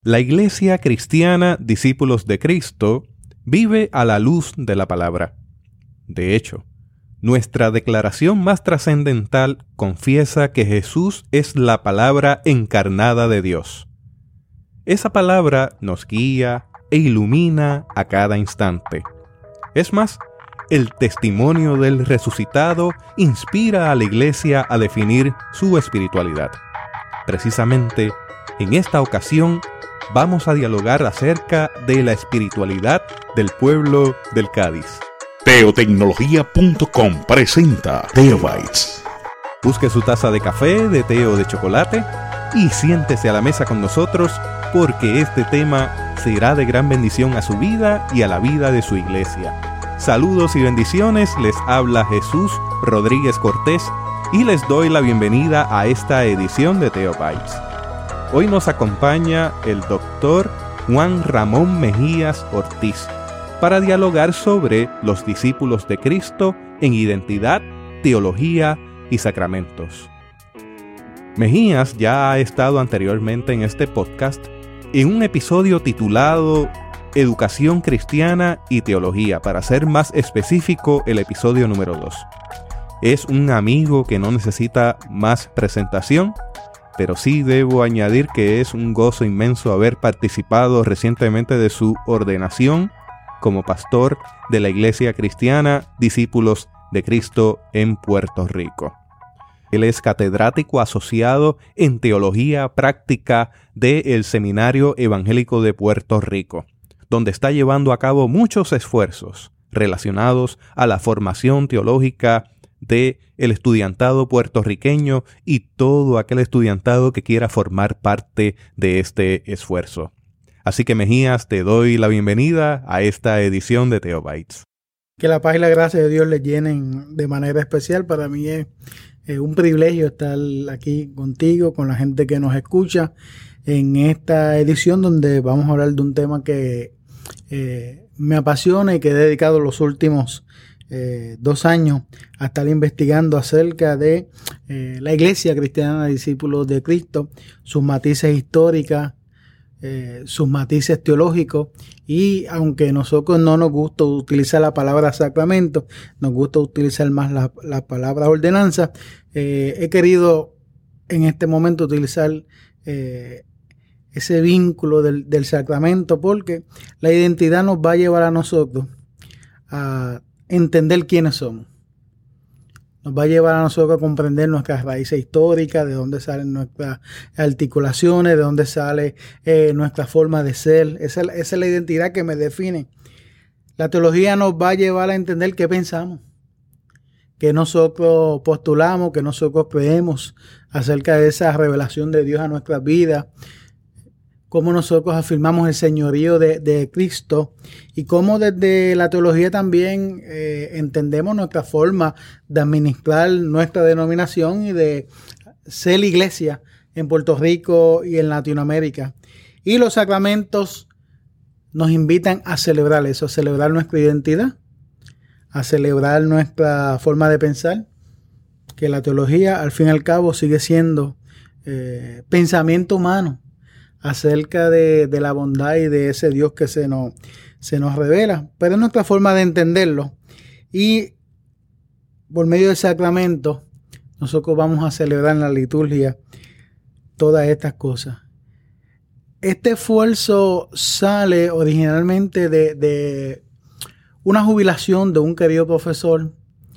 La Iglesia Cristiana Discípulos de Cristo vive a la luz de la palabra. De hecho, nuestra declaración más trascendental confiesa que Jesús es la palabra encarnada de Dios. Esa palabra nos guía e ilumina a cada instante. Es más, el testimonio del resucitado inspira a la Iglesia a definir su espiritualidad. Precisamente, en esta ocasión, vamos a dialogar acerca de la espiritualidad del pueblo del Cádiz. Teotecnología.com presenta Teobytes. Busque su taza de café, de té o de chocolate y siéntese a la mesa con nosotros porque este tema será de gran bendición a su vida y a la vida de su iglesia. Saludos y bendiciones, les habla Jesús Rodríguez Cortés y les doy la bienvenida a esta edición de Teobytes. Hoy nos acompaña el doctor Juan Ramón Mejías Ortiz para dialogar sobre los discípulos de Cristo en identidad, teología y sacramentos. Mejías ya ha estado anteriormente en este podcast en un episodio titulado Educación Cristiana y Teología, para ser más específico, el episodio número 2. Es un amigo que no necesita más presentación, pero sí debo añadir que es un gozo inmenso haber participado recientemente de su ordenación como pastor de la Iglesia Cristiana Discípulos de Cristo en Puerto Rico. Él es catedrático asociado en Teología Práctica del Seminario Evangélico de Puerto Rico, donde está llevando a cabo muchos esfuerzos relacionados a la formación teológica de el estudiantado puertorriqueño y todo aquel estudiantado que quiera formar parte de este esfuerzo. Así que Mejías, te doy la bienvenida a esta edición de Teobytes. Que la paz y la gracia de Dios les llenen de manera especial. Para mí es un privilegio estar aquí contigo, con la gente que nos escucha en esta edición donde vamos a hablar de un tema que me apasiona y que he dedicado los últimos 2 años a estar investigando acerca de la Iglesia Cristiana de Discípulos de Cristo, sus matices históricas, sus matices teológicos, y aunque nosotros no nos gusta utilizar la palabra sacramento, nos gusta utilizar más la palabra ordenanza, he querido en este momento utilizar ese vínculo del sacramento, porque la identidad nos va a llevar a nosotros a entender quiénes somos. Nos va a llevar a nosotros a comprender nuestras raíces históricas, de dónde salen nuestras articulaciones, de dónde sale nuestra forma de ser. Esa es la identidad que me define. La teología nos va a llevar a entender qué pensamos, qué nosotros postulamos, qué nosotros creemos acerca de esa revelación de Dios a nuestras vidas, cómo nosotros afirmamos el señorío de Cristo y cómo desde la teología también entendemos nuestra forma de administrar nuestra denominación y de ser iglesia en Puerto Rico y en Latinoamérica. Y los sacramentos nos invitan a celebrar eso, a celebrar nuestra identidad, a celebrar nuestra forma de pensar, que la teología al fin y al cabo sigue siendo pensamiento humano acerca de la bondad y de ese Dios que se nos revela, pero es nuestra forma de entenderlo. Y por medio del sacramento, nosotros vamos a celebrar en la liturgia todas estas cosas. Este esfuerzo sale originalmente de una jubilación de un querido profesor,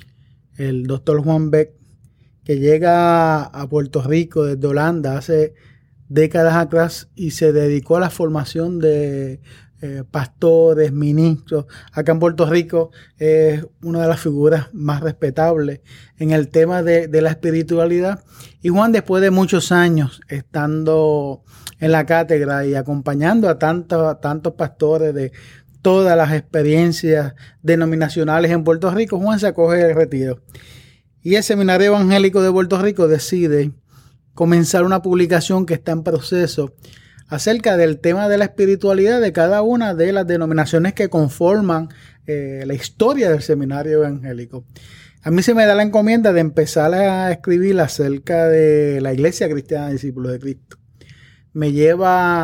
el doctor Juan Beck, que llega a Puerto Rico desde Holanda hace décadas atrás y se dedicó a la formación de pastores, ministros. Acá en Puerto Rico es una de las figuras más respetables en el tema de la espiritualidad. Y Juan, después de muchos años estando en la cátedra y acompañando a tantos pastores de todas las experiencias denominacionales en Puerto Rico, Juan se acoge el retiro. Y el Seminario Evangélico de Puerto Rico decide comenzar una publicación que está en proceso acerca del tema de la espiritualidad de cada una de las denominaciones que conforman la historia del Seminario Evangélico. A mí se me da la encomienda de empezar a escribir acerca de la Iglesia Cristiana de Discípulos de Cristo. Me lleva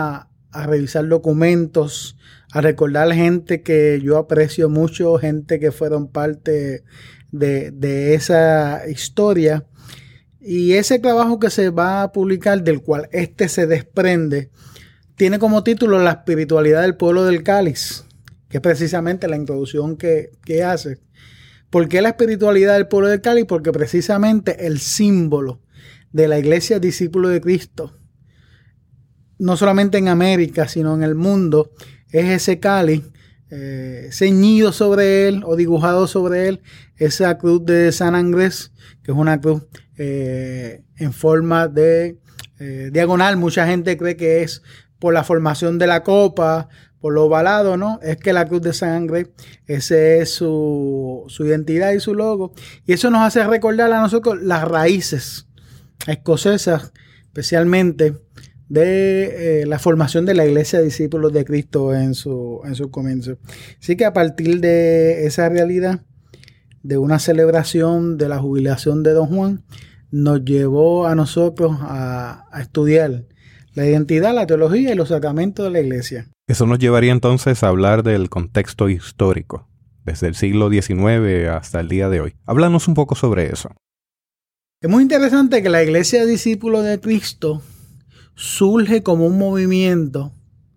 a revisar documentos, a recordar gente que yo aprecio mucho, gente que fueron parte de esa historia. Y ese trabajo que se va a publicar, del cual se desprende, tiene como título La espiritualidad del pueblo del Cáliz, que es precisamente la introducción que hace. ¿Por qué la espiritualidad del pueblo del Cáliz? Porque precisamente el símbolo de la iglesia discípulo de Cristo, no solamente en América, sino en el mundo, es ese cáliz ceñido sobre él o dibujado sobre él, esa cruz de San Andrés, que es una cruz en forma de diagonal. Mucha gente cree que es por la formación de la copa, por lo ovalado, ¿no? Es que la cruz de San Andrés, ese es su identidad y su logo. Y eso nos hace recordar a nosotros las raíces escocesas, especialmente de la formación de la iglesia de discípulos de Cristo en su comienzo. Así que a partir de esa realidad, de una celebración de la jubilación de Don Juan, nos llevó a nosotros a estudiar la identidad, la teología y los sacramentos de la iglesia. Eso nos llevaría entonces a hablar del contexto histórico, desde el siglo XIX hasta el día de hoy. Háblanos un poco sobre eso. Es muy interesante que la iglesia de discípulos de Cristo surge como un movimiento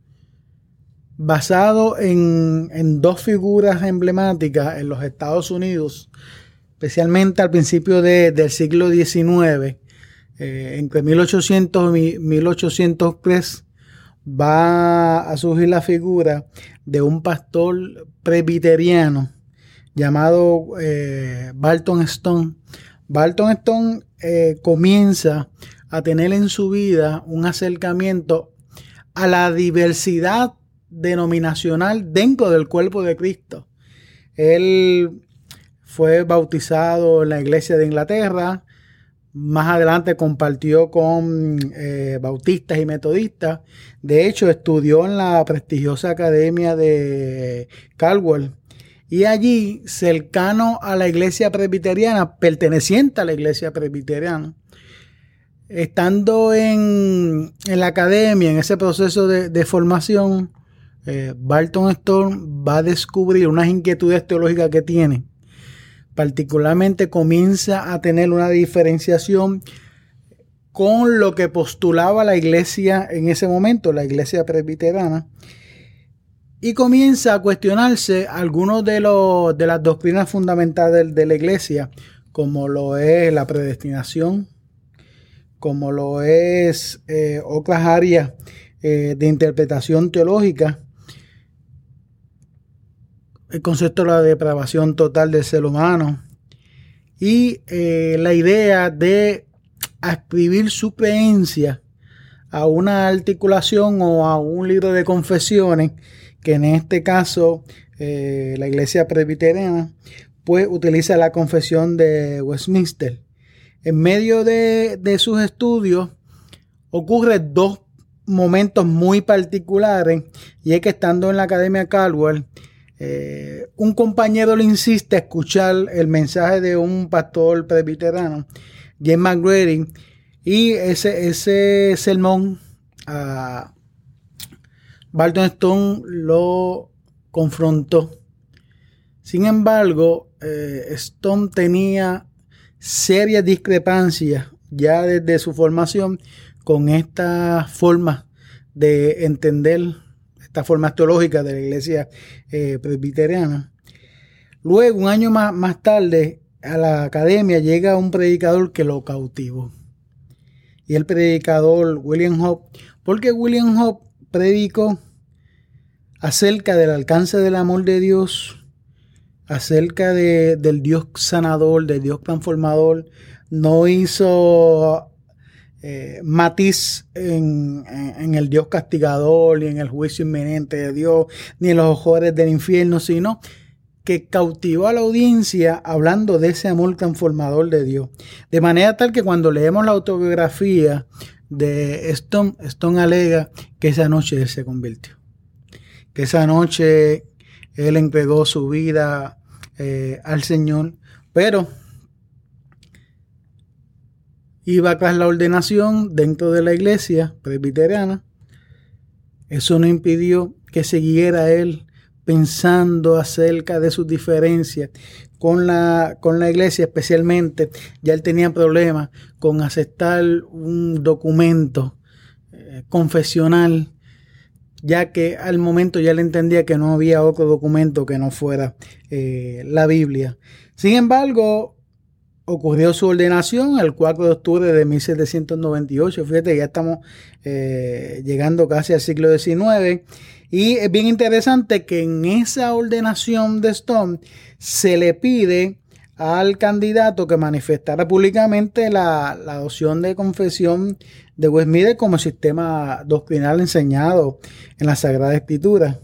basado en dos figuras emblemáticas en los Estados Unidos, especialmente al principio del siglo XIX. Entre 1800 y 1803 va a surgir la figura de un pastor presbiteriano llamado Barton Stone. Barton Stone comienza a tener en su vida un acercamiento a la diversidad denominacional dentro del cuerpo de Cristo. Él fue bautizado en la iglesia de Inglaterra. Más adelante compartió con bautistas y metodistas. De hecho, estudió en la prestigiosa academia de Caldwell. Y allí, cercano a la iglesia presbiteriana, perteneciente a la iglesia presbiteriana, estando en la academia, en ese proceso de formación, Barton Stone va a descubrir unas inquietudes teológicas que tiene. Particularmente comienza a tener una diferenciación con lo que postulaba la iglesia en ese momento, la iglesia presbiteriana, y comienza a cuestionarse algunos de las doctrinas fundamentales de la iglesia, como lo es la predestinación, como lo es otras áreas de interpretación teológica, el concepto de la depravación total del ser humano y la idea de adscribir su creencia a una articulación o a un libro de confesiones, que en este caso la iglesia presbiteriana pues utiliza la confesión de Westminster. En medio de sus estudios ocurren dos momentos muy particulares, y es que estando en la Academia Caldwell, un compañero le insiste a escuchar el mensaje de un pastor presbiteriano, James McGrady, y ese sermón a Barton Stone lo confrontó. Sin embargo, Stone tenía serias discrepancias ya desde su formación con esta forma de entender, esta forma teológica de la iglesia presbiteriana. Luego, un año más tarde, a la academia llega un predicador que lo cautivó. Y el predicador William Hope, porque William Hope predicó acerca del alcance del amor de Dios, acerca del Dios sanador, del Dios transformador. No hizo matiz en el Dios castigador, ni en el juicio inminente de Dios, ni en los horrores del infierno, sino que cautivó a la audiencia hablando de ese amor transformador de Dios. De manera tal que cuando leemos la autobiografía de Stone, Stone alega que esa noche él se convirtió. Que esa noche él entregó su vida al Señor, pero iba tras la ordenación dentro de la iglesia presbiteriana, Eso no impidió que siguiera él pensando acerca de sus diferencias con la iglesia, especialmente. Ya él tenía problemas con aceptar un documento confesional, ya que al momento ya él entendía que no había otro documento que no fuera la Biblia. Sin embargo, ocurrió su ordenación el 4 de octubre de 1798. Fíjate, ya estamos llegando casi al siglo XIX. Y es bien interesante que en esa ordenación de Stone se le pide al candidato que manifestara públicamente la adopción de confesión de Westminster como sistema doctrinal enseñado en la Sagrada Escritura.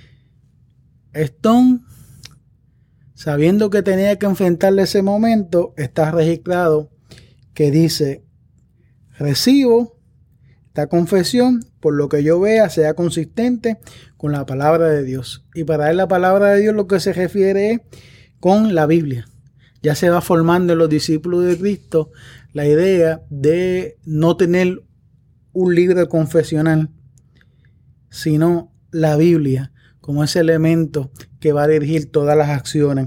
Stone, sabiendo que tenía que enfrentarle ese momento, está registrado que dice: recibo esta confesión, por lo que yo vea, sea consistente con la palabra de Dios. Y para él la palabra de Dios lo que se refiere es con la Biblia. Ya se va formando en los discípulos de Cristo la idea de no tener un libro confesional, sino la Biblia como ese elemento que va a dirigir todas las acciones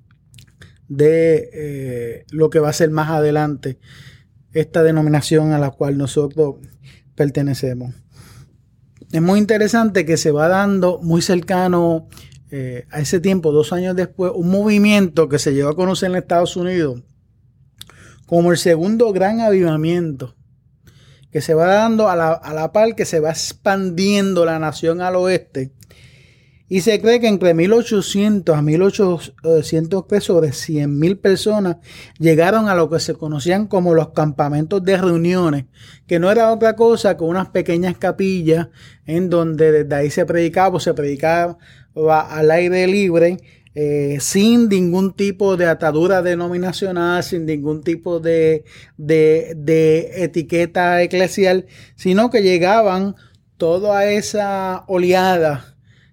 de lo que va a ser más adelante esta denominación a la cual nosotros pertenecemos. Es muy interesante que se va dando muy cercano a ese tiempo, 2 años después, un movimiento que se llegó a conocer en Estados Unidos como el segundo gran avivamiento, que se va dando a la par que se va expandiendo la nación al oeste. Y se cree que entre 1800 a 1803 sobre 100,000 personas llegaron a lo que se conocían como los campamentos de reuniones, que no era otra cosa que unas pequeñas capillas en donde desde ahí se predicaba al aire libre, sin ningún tipo de atadura denominacional, sin ningún tipo de etiqueta eclesial, sino que llegaban toda esa oleada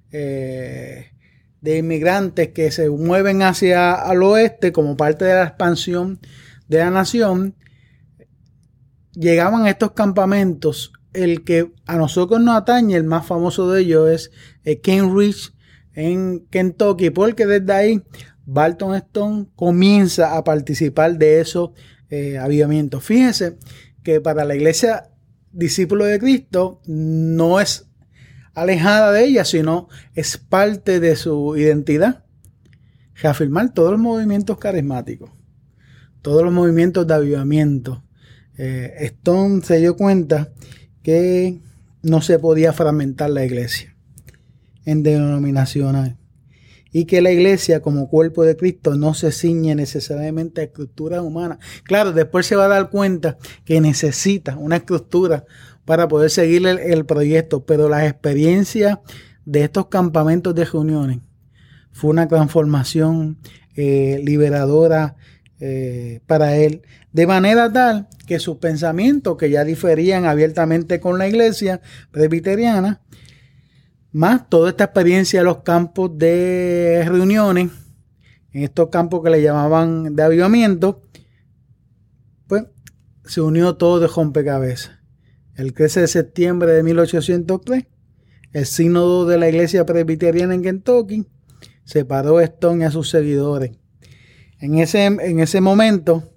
de inmigrantes que se mueven hacia al oeste como parte de la expansión de la nación. Llegaban a estos campamentos. El que a nosotros nos atañe, el más famoso de ellos, es Cambridge en Kentucky, porque desde ahí Barton Stone comienza a participar de esos avivamientos. Fíjense que para la iglesia discípulo de Cristo no es alejada de ella, sino es parte de su identidad. Reafirmar todos los movimientos carismáticos, todos los movimientos de avivamiento. Stone se dio cuenta que no se podía fragmentar la iglesia en denominaciones y que la iglesia como cuerpo de Cristo no se ciñe necesariamente a estructuras humanas. Claro, después se va a dar cuenta que necesita una estructura para poder seguir el proyecto, pero las experiencias de estos campamentos de reuniones fue una transformación liberadora para él, de manera tal que sus pensamientos, que ya diferían abiertamente con la iglesia presbiteriana, más toda esta experiencia de los campos de reuniones, en estos campos que le llamaban de avivamiento, pues se unió todo de rompecabezas. El 13 de septiembre de 1803, el sínodo de la iglesia presbiteriana en Kentucky separó a Stone y a sus seguidores. En ese momento,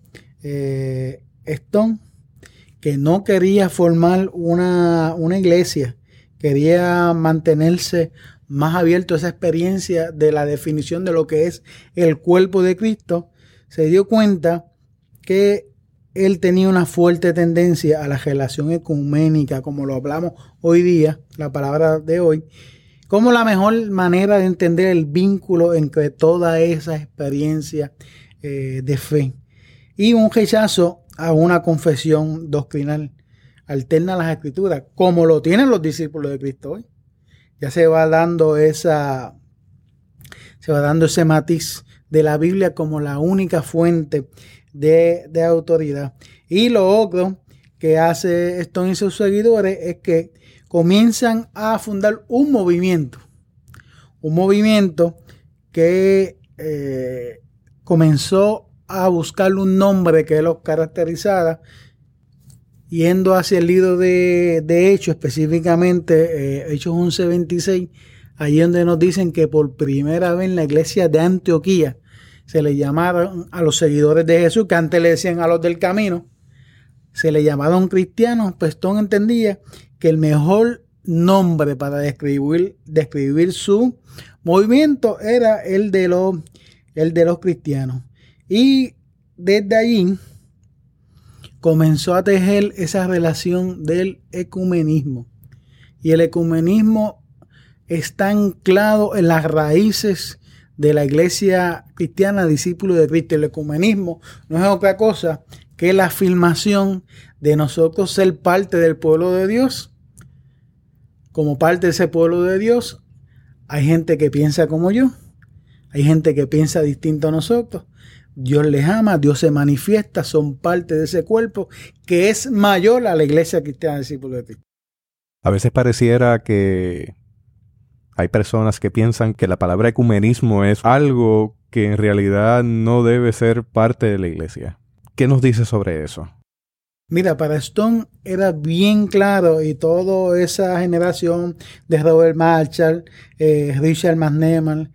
Stone, que no quería formar una iglesia, quería mantenerse más abierto a esa experiencia de la definición de lo que es el cuerpo de Cristo, se dio cuenta que él tenía una fuerte tendencia a la relación ecuménica, como lo hablamos hoy día, la palabra de hoy, como la mejor manera de entender el vínculo entre toda esa experiencia de fe, y un rechazo a una confesión doctrinal alterna a las escrituras, como lo tienen los discípulos de Cristo hoy. Ya se va dando ese matiz de la Biblia como la única fuente de autoridad. Y lo otro que hace Stone y sus seguidores es que comienzan a fundar un movimiento que comenzó a buscar un nombre que los caracterizara, yendo hacia el libro de Hechos, específicamente Hechos 11:26, allí donde nos dicen que por primera vez en la iglesia de Antioquía se le llamaron a los seguidores de Jesús, que antes le decían a los del camino, se le llamaron cristianos. Pues Stone entendía que el mejor nombre para describir su movimiento era el de los cristianos. Y desde allí comenzó a tejer esa relación del ecumenismo. Y el ecumenismo está anclado en las raíces de la iglesia cristiana, discípulo de Cristo. El ecumenismo no es otra cosa que la afirmación de nosotros ser parte del pueblo de Dios. Como parte de ese pueblo de Dios, hay gente que piensa como yo, hay gente que piensa distinto a nosotros. Dios les ama, Dios se manifiesta, son parte de ese cuerpo que es mayor a la iglesia cristiana, discípulo de Cristo. A veces pareciera que hay personas que piensan que la palabra ecumenismo es algo que en realidad no debe ser parte de la iglesia. ¿Qué nos dice sobre eso? Mira, para Stone era bien claro, y toda esa generación de Robert Marshall, Richard McNeman,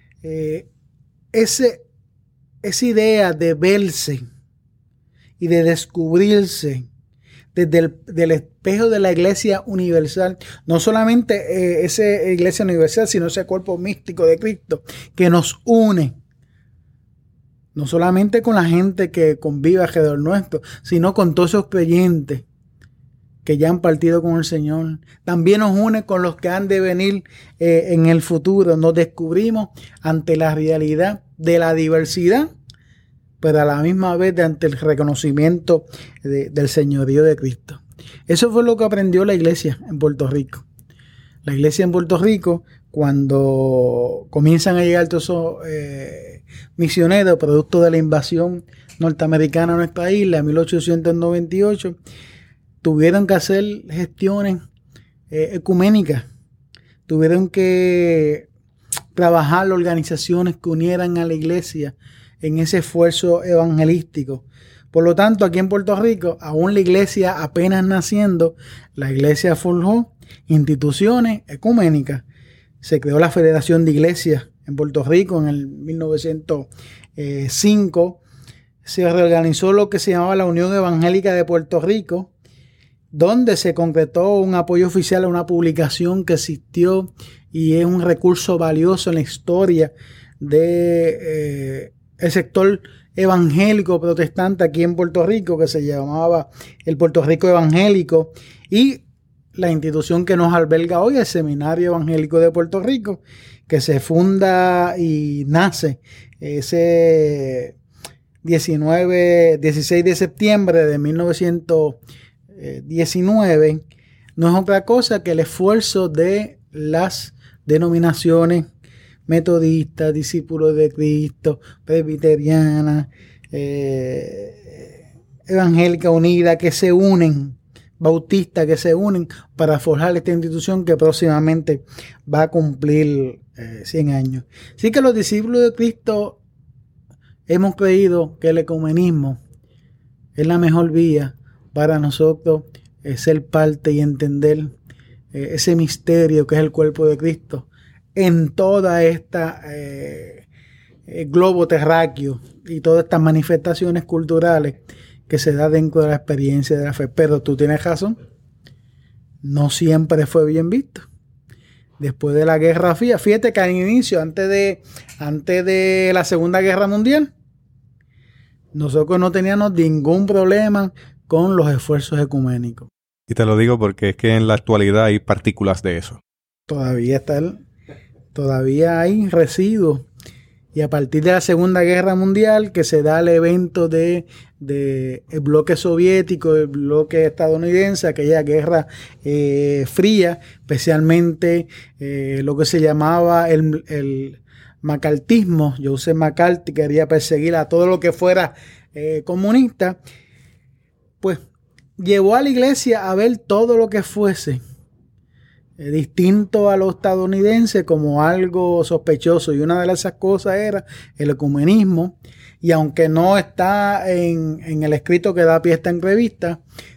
esa idea de verse y de descubrirse desde el espejo de la iglesia universal, no solamente esa iglesia universal, sino ese cuerpo místico de Cristo que nos une, no solamente con la gente que convive alrededor nuestro, sino con todos esos creyentes que ya han partido con el Señor. También nos une con los que han de venir en el futuro. Nos descubrimos ante la realidad de la diversidad, pero a la misma vez ante el reconocimiento del señorío de Cristo. Eso fue lo que aprendió la iglesia en Puerto Rico. La iglesia en Puerto Rico, cuando comienzan a llegar todos esos misioneros producto de la invasión norteamericana a nuestra isla en 1898, tuvieron que hacer gestiones ecuménicas, tuvieron que trabajar organizaciones que unieran a la iglesia en ese esfuerzo evangelístico. Por lo tanto, aquí en Puerto Rico, aún la iglesia apenas naciendo, la iglesia forjó instituciones ecuménicas. Se creó la Federación de Iglesias en Puerto Rico en el 1905. Se reorganizó lo que se llamaba la Unión Evangélica de Puerto Rico, donde se concretó un apoyo oficial a una publicación que existió y es un recurso valioso en la historia de el sector evangélico protestante aquí en Puerto Rico, que se llamaba el Puerto Rico Evangélico, y la institución que nos alberga hoy, el Seminario Evangélico de Puerto Rico, que se funda y nace ese 16 de septiembre de 1919, no es otra cosa que el esfuerzo de las denominaciones metodistas, discípulos de Cristo, presbiteriana, evangélica unida, que se unen, bautistas que se unen para forjar esta institución que próximamente va a cumplir 100 años. Así que los discípulos de Cristo hemos creído que el ecumenismo es la mejor vía para nosotros ser parte y entender ese misterio que es el cuerpo de Cristo en toda esta globo terráqueo y todas estas manifestaciones culturales que se da dentro de la experiencia de la fe. Pero tú tienes razón, no siempre fue bien visto. Después de la Guerra Fría, fíjate que al inicio, antes de la Segunda Guerra Mundial, nosotros no teníamos ningún problema con los esfuerzos ecuménicos. Y te lo digo porque es que en la actualidad hay partículas de eso. Todavía hay residuos. Y a partir de la Segunda Guerra Mundial, que se da el evento del bloque soviético, el bloque estadounidense, aquella guerra fría, especialmente lo que se llamaba el macartismo. Joseph McCarthy quería perseguir a todo lo que fuera comunista, pues llevó a la iglesia a ver todo lo que fuese distinto a los estadounidenses como algo sospechoso, y una de esas cosas era el ecumenismo. Y aunque no está en el escrito que da pie a esta entrevista,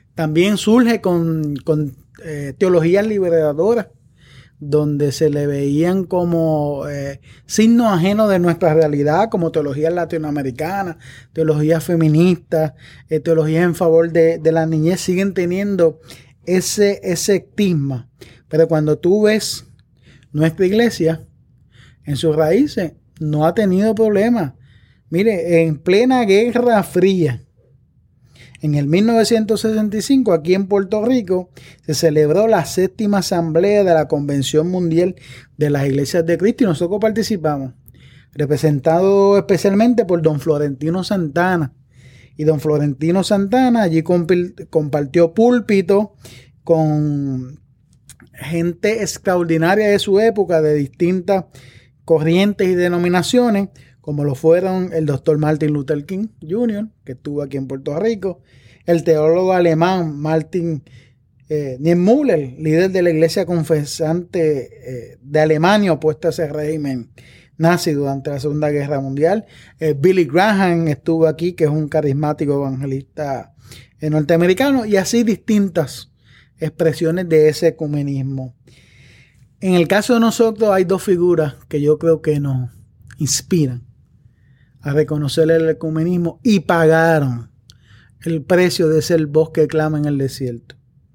También surge con teologías liberadoras, donde se le veían como signos ajenos de nuestra realidad, como teologías latinoamericanas, teologías feministas, teologías en favor de la niñez, siguen teniendo ese estigma. Pero cuando tú ves nuestra iglesia, en sus raíces, no ha tenido problemas. Mire, en plena Guerra Fría, en el 1965, aquí en Puerto Rico, se celebró la 7ª asamblea de la Convención Mundial de las Iglesias de Cristo y nosotros participamos, representado especialmente por don Florentino Santana. Y don Florentino Santana allí compartió púlpito con gente extraordinaria de su época, de distintas corrientes y denominaciones, como lo fueron el doctor Martin Luther King Jr., que estuvo aquí en Puerto Rico, el teólogo alemán Martin Niemöller, líder de la iglesia confesante de Alemania opuesta a ese régimen nazi durante la Segunda Guerra Mundial. Billy Graham estuvo aquí, que es un carismático evangelista norteamericano, y así distintas expresiones de ese ecumenismo. En el caso de nosotros hay dos figuras que yo creo que nos inspiran a reconocer el ecumenismo y pagaron el precio de ser voz que clama en el desierto.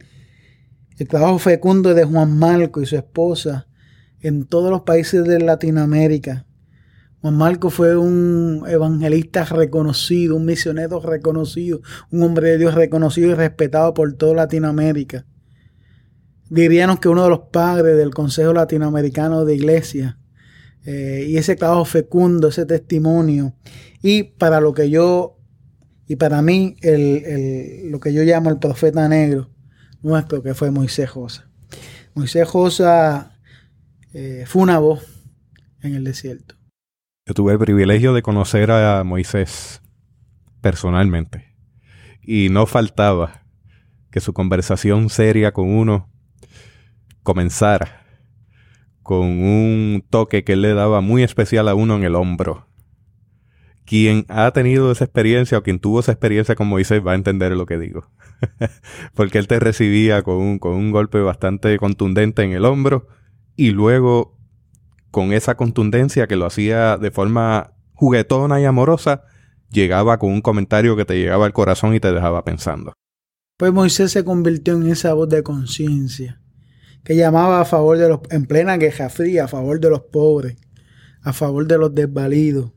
El trabajo fecundo de Juan Marco y su esposa en todos los países de Latinoamérica. Juan Marco fue un evangelista reconocido, un misionero reconocido, un hombre de Dios reconocido y respetado por toda Latinoamérica. Diríamos que uno de los padres del Consejo Latinoamericano de Iglesia. Y ese trabajo fecundo, ese testimonio, y para lo que yo, y para mí, lo que yo llamo el profeta negro nuestro, que fue Moisés Josa. Moisés Josa fue una voz en el desierto. Yo tuve el privilegio de conocer a Moisés personalmente, y no faltaba que su conversación seria con uno comenzara con un toque que él le daba muy especial a uno en el hombro. Quien ha tenido esa experiencia o quien tuvo esa experiencia con Moisés va a entender lo que digo. Porque él te recibía con un golpe bastante contundente en el hombro y luego con esa contundencia que lo hacía de forma juguetona y amorosa, llegaba con un comentario que te llegaba al corazón y te dejaba pensando. Pues Moisés se convirtió en esa voz de conciencia que llamaba a favor de los, en plena Guerra Fría, a favor de los pobres, a favor de los desvalidos,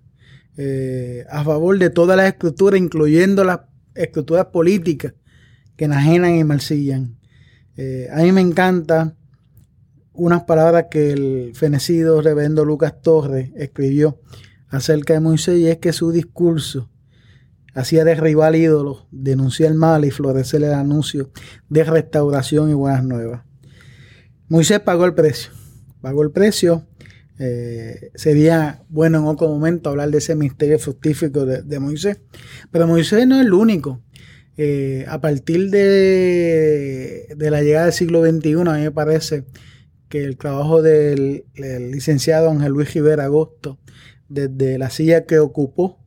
a favor de todas las estructuras, incluyendo las estructuras políticas que enajenan y mancillan. A mí me encantan unas palabras que el fenecido reverendo Lucas Torres escribió acerca de Moisés, y es que su discurso hacía derribar ídolos, denunciar el mal y florecer el anuncio de restauración y buenas nuevas. Moisés pagó el precio. Sería bueno en otro momento hablar de ese misterio fructífero de Moisés. Pero Moisés no es el único. A partir de la llegada del siglo XXI, a mí me parece que el trabajo del licenciado Ángel Luis Rivera Agosto, desde la silla que ocupó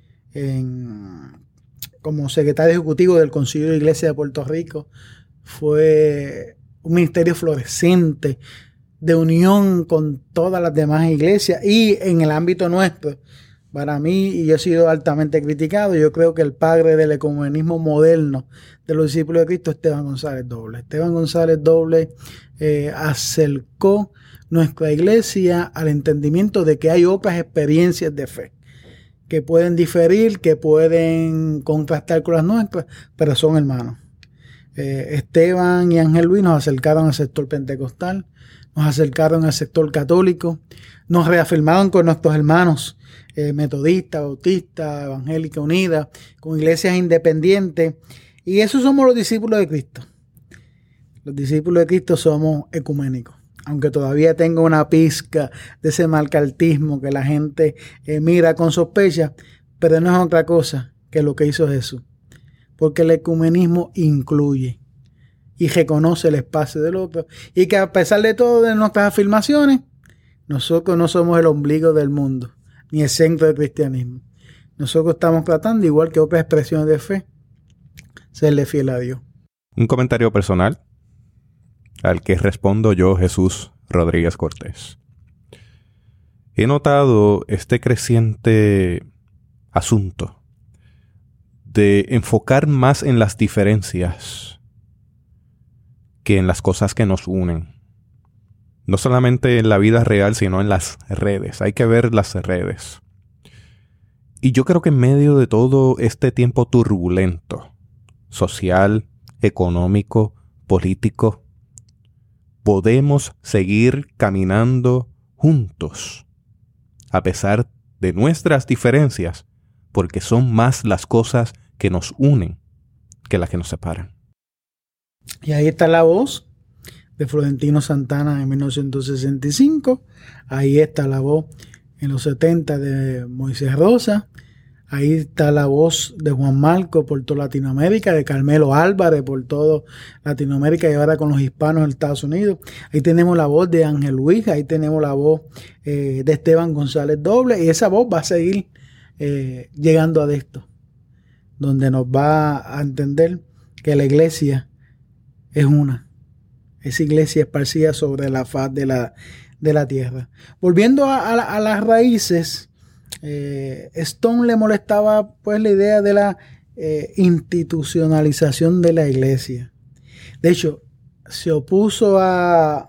como secretario ejecutivo del Concilio de Iglesia de Puerto Rico, fue un ministerio florescente de unión con todas las demás iglesias. Y en el ámbito nuestro, para mí, y yo he sido altamente criticado, yo creo que el padre del ecumenismo moderno de los discípulos de Cristo, Esteban González Doble. Esteban González Doble acercó nuestra iglesia al entendimiento de que hay otras experiencias de fe que pueden diferir, que pueden contrastar con las nuestras, pero son hermanos. Esteban y Ángel Luis nos acercaron al sector pentecostal, nos acercaron al sector católico, nos reafirmaron con nuestros hermanos metodistas, bautistas, evangélica unida, con iglesias independientes, y esos somos los discípulos de Cristo. Los discípulos de Cristo somos ecuménicos, aunque todavía tenga una pizca de ese malcartismo que la gente mira con sospecha, pero no es otra cosa que lo que hizo Jesús. Porque el ecumenismo incluye y reconoce el espacio del otro, y que a pesar de todo de nuestras afirmaciones, nosotros no somos el ombligo del mundo, ni el centro del cristianismo. Nosotros estamos tratando, igual que otras expresiones de fe, serle fiel a Dios. Un comentario personal al que respondo yo, Jesús Rodríguez Cortés. He notado este creciente asunto de enfocar más en las diferencias que en las cosas que nos unen. No solamente en la vida real, sino en las redes. Hay que ver las redes. Y yo creo que en medio de todo este tiempo turbulento, social, económico, político, podemos seguir caminando juntos, a pesar de nuestras diferencias, porque son más las cosas que nos unen que las que nos separan. Y ahí está la voz de Florentino Santana en 1965. Ahí está la voz en los 70 de Moisés Rosa. Ahí está la voz de Juan Marco por toda Latinoamérica, de Carmelo Álvarez por toda Latinoamérica y ahora con los hispanos en Estados Unidos. Ahí tenemos la voz de Ángel Luis, ahí tenemos la voz de Esteban González Doble, y esa voz va a seguir llegando a esto, donde nos va a entender que la iglesia es una. Esa iglesia esparcida sobre la faz de la tierra. Volviendo a las raíces, Stone le molestaba pues la idea de la institucionalización de la iglesia. De hecho, se opuso a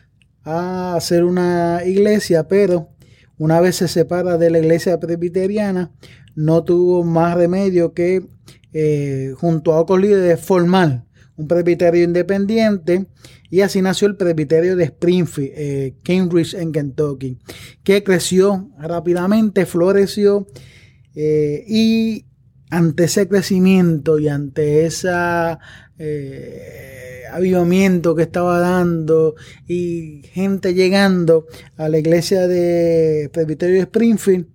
hacer una iglesia, pero una vez se separa de la iglesia presbiteriana, no tuvo más remedio que junto a otros líderes formar un presbiterio independiente, y así nació el presbiterio de Springfield, Cambridge en Kentucky, que creció rápidamente, floreció, y ante ese crecimiento y ante ese avivamiento que estaba dando y gente llegando a la iglesia de presbiterio de Springfield,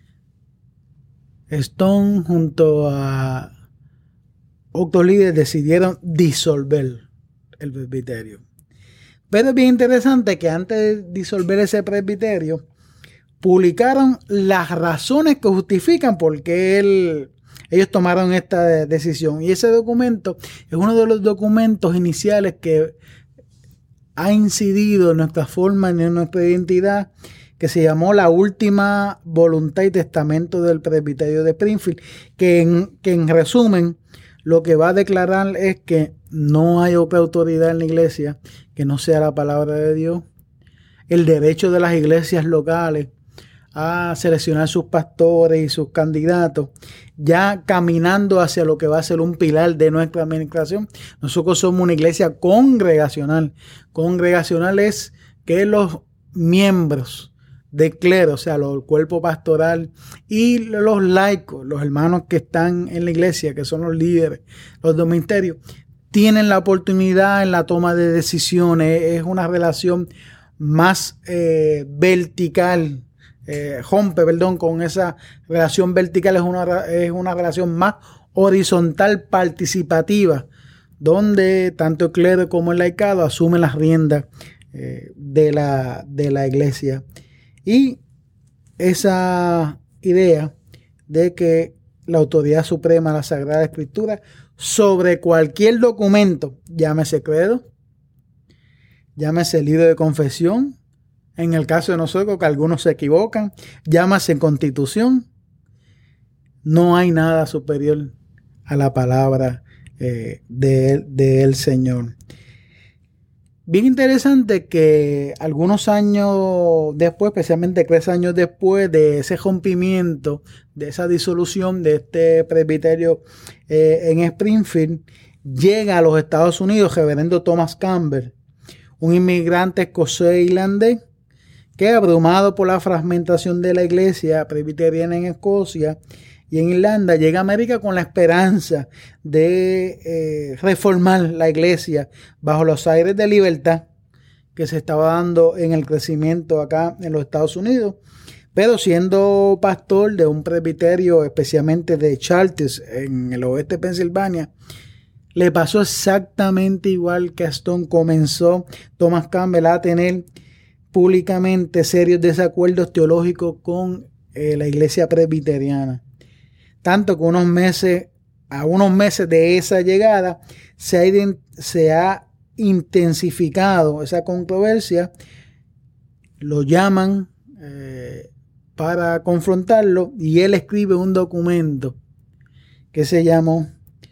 Stone junto a otros líderes decidieron disolver el presbiterio. Pero es bien interesante que antes de disolver ese presbiterio, publicaron las razones que justifican por qué ellos tomaron esta decisión. Y ese documento es uno de los documentos iniciales que ha incidido en nuestra forma, en nuestra identidad, que se llamó La Última Voluntad y Testamento del Presbiterio de Springfield, que en resumen lo que va a declarar es que no hay otra autoridad en la iglesia que no sea la palabra de Dios, el derecho de las iglesias locales a seleccionar sus pastores y sus candidatos, ya caminando hacia lo que va a ser un pilar de nuestra administración. Nosotros somos una iglesia congregacional. Congregacional es que los miembros del clero, o sea, el cuerpo pastoral y los laicos, los hermanos que están en la iglesia, que son los líderes, los dos ministerios, tienen la oportunidad en la toma de decisiones. Es una relación más vertical, con esa relación vertical. Es una relación más horizontal, participativa, donde tanto el clero como el laicado asumen las riendas de la iglesia. Y esa idea de que la autoridad suprema de la Sagrada Escritura sobre cualquier documento, llámese credo, llámese libro de confesión, en el caso de nosotros que algunos se equivocan, llámase constitución, no hay nada superior a la palabra del Señor. Bien interesante que algunos años después, especialmente 3 años después de ese rompimiento, de esa disolución de este presbiterio en Springfield, llega a los Estados Unidos reverendo Thomas Campbell, un inmigrante escocés-irlandés que, abrumado por la fragmentación de la iglesia presbiteriana en Escocia y en Irlanda, llega a América con la esperanza de reformar la iglesia bajo los aires de libertad que se estaba dando en el crecimiento acá en los Estados Unidos. Pero siendo pastor de un presbiterio, especialmente de Chartres, en el oeste de Pensilvania, le pasó exactamente igual que a Stone. Comenzó Thomas Campbell a tener públicamente serios desacuerdos teológicos con la iglesia presbiteriana. Tanto que unos meses a unos meses de esa llegada, se ha intensificado esa controversia. Lo llaman para confrontarlo y él escribe un documento que se llama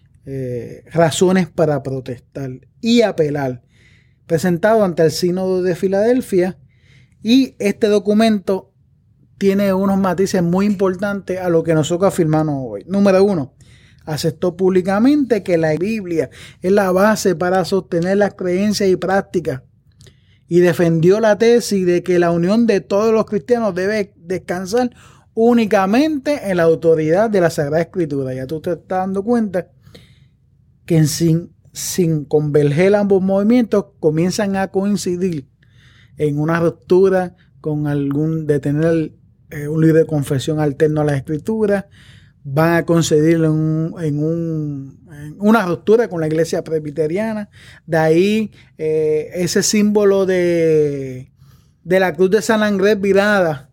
Razones para protestar y apelar, presentado ante el Sínodo de Filadelfia. Y este documento tiene unos matices muy importantes a lo que nosotros afirmamos hoy. Número 1, aceptó públicamente que la Biblia es la base para sostener las creencias y prácticas, y defendió la tesis de que la unión de todos los cristianos debe descansar únicamente en la autoridad de la Sagrada Escritura. Ya tú te estás dando cuenta que sin converger ambos movimientos comienzan a coincidir en una ruptura con de tener un libro de confesión alterno a la Escritura. Van a conceder en una ruptura con la iglesia presbiteriana. De ahí ese símbolo de la cruz de San Andrés virada,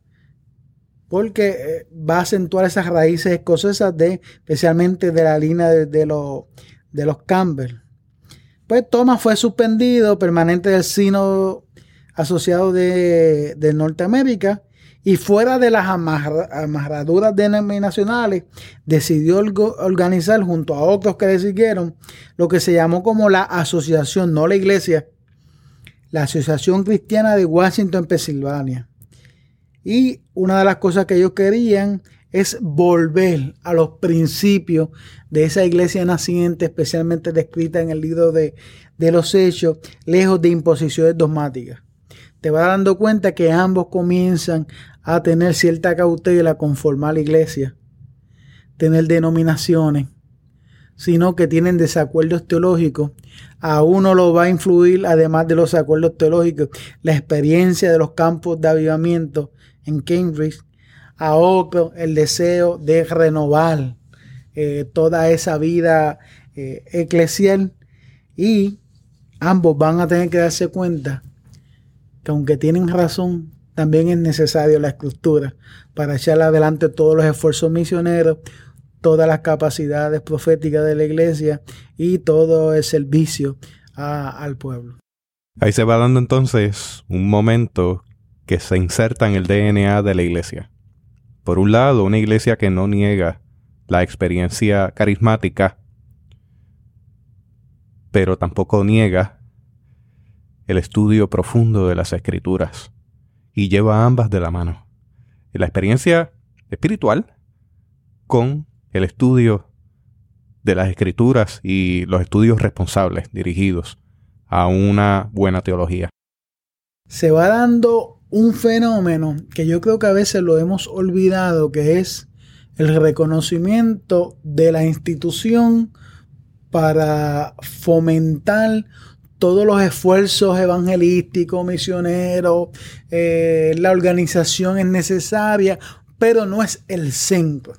porque va a acentuar esas raíces escocesas especialmente de la línea de los Campbell. Pues Thomas fue suspendido permanente del Sínodo Asociado de Norteamérica, y fuera de las amarraduras denominacionales decidió organizar junto a otros que le siguieron lo que se llamó como la asociación, no la iglesia, la Asociación Cristiana de Washington, Pensilvania. Y una de las cosas que ellos querían es volver a los principios de esa iglesia naciente, especialmente descrita en el libro de los Hechos, lejos de imposiciones dogmáticas. Te vas dando cuenta que ambos comienzan a tener cierta cautela con formar la iglesia, tener denominaciones, sino que tienen desacuerdos teológicos. A uno lo va a influir, además de los acuerdos teológicos, la experiencia de los campos de avivamiento en Cambridge. A otro el deseo de renovar toda esa vida eclesial, y ambos van a tener que darse cuenta que aunque tienen razón, también es necesario la Escritura para echar adelante todos los esfuerzos misioneros, todas las capacidades proféticas de la iglesia y todo el servicio al pueblo. Ahí se va dando entonces un momento que se inserta en el DNA de la iglesia. Por un lado, una iglesia que no niega la experiencia carismática, pero tampoco niega el estudio profundo de las Escrituras, y lleva ambas de la mano. La experiencia espiritual con el estudio de las Escrituras y los estudios responsables dirigidos a una buena teología. Se va dando un fenómeno que yo creo que a veces lo hemos olvidado, que es el reconocimiento de la institución para fomentar todos los esfuerzos evangelísticos, misioneros. La organización es necesaria, pero no es el centro.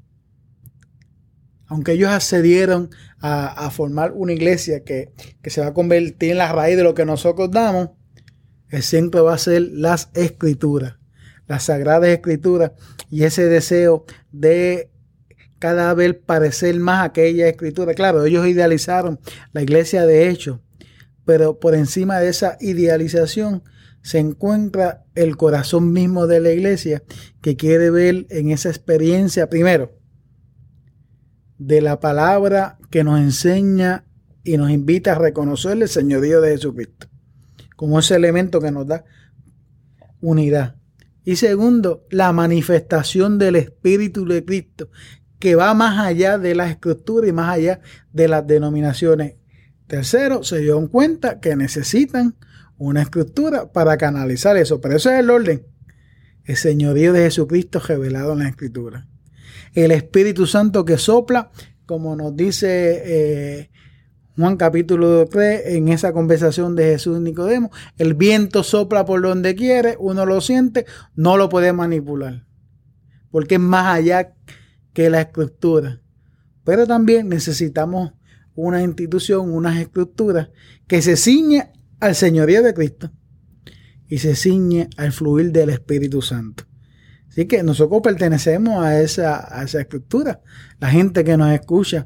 Aunque ellos accedieron a formar una iglesia que se va a convertir en la raíz de lo que nosotros damos, el centro va a ser las Escrituras, las Sagradas Escrituras, y ese deseo de cada vez parecer más aquella Escritura. Claro, ellos idealizaron la iglesia de Hechos, pero por encima de esa idealización se encuentra el corazón mismo de la iglesia, que quiere ver en esa experiencia, primero, de la palabra que nos enseña y nos invita a reconocer el señorío de Jesucristo como ese elemento que nos da unidad. Y segundo, la manifestación del Espíritu de Cristo, que va más allá de las Escrituras y más allá de las denominaciones. Tercero, se dieron cuenta que necesitan una Escritura para canalizar eso. Pero ese es el orden. El señorío de Jesucristo revelado en la Escritura. El Espíritu Santo que sopla, como nos dice Juan capítulo 3, en esa conversación de Jesús y Nicodemo. El viento sopla por donde quiere, uno lo siente, no lo puede manipular, porque es más allá que la Escritura. Pero también necesitamos una institución, unas estructuras que se ciñe al señorío de Cristo y se ciñe al fluir del Espíritu Santo. Así que nosotros pertenecemos a esa estructura. La gente que nos escucha,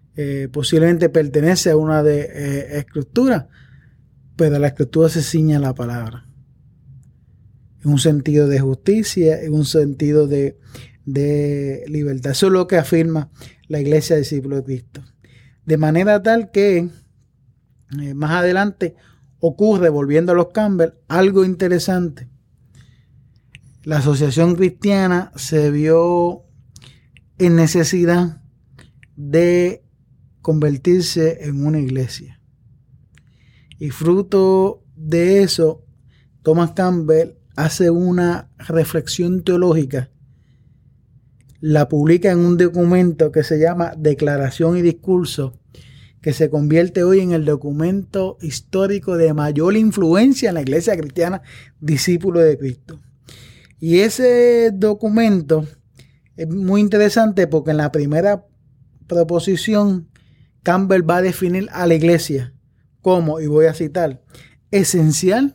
posiblemente pertenece a una de escritura, pero la escritura se ciña a la palabra. En un sentido de justicia, en un sentido de libertad. Eso es lo que afirma la Iglesia de Discípulos de Cristo. De manera tal que más adelante ocurre, volviendo a los Campbell, algo interesante. La asociación cristiana se vio en necesidad de convertirse en una iglesia. Y fruto de eso, Thomas Campbell hace una reflexión teológica, la publica en un documento que se llama Declaración y Discurso, que se convierte hoy en el documento histórico de mayor influencia en la Iglesia cristiana, Discípulos de Cristo. Y ese documento es muy interesante porque en la primera proposición Campbell va a definir a la Iglesia como, y voy a citar, esencial,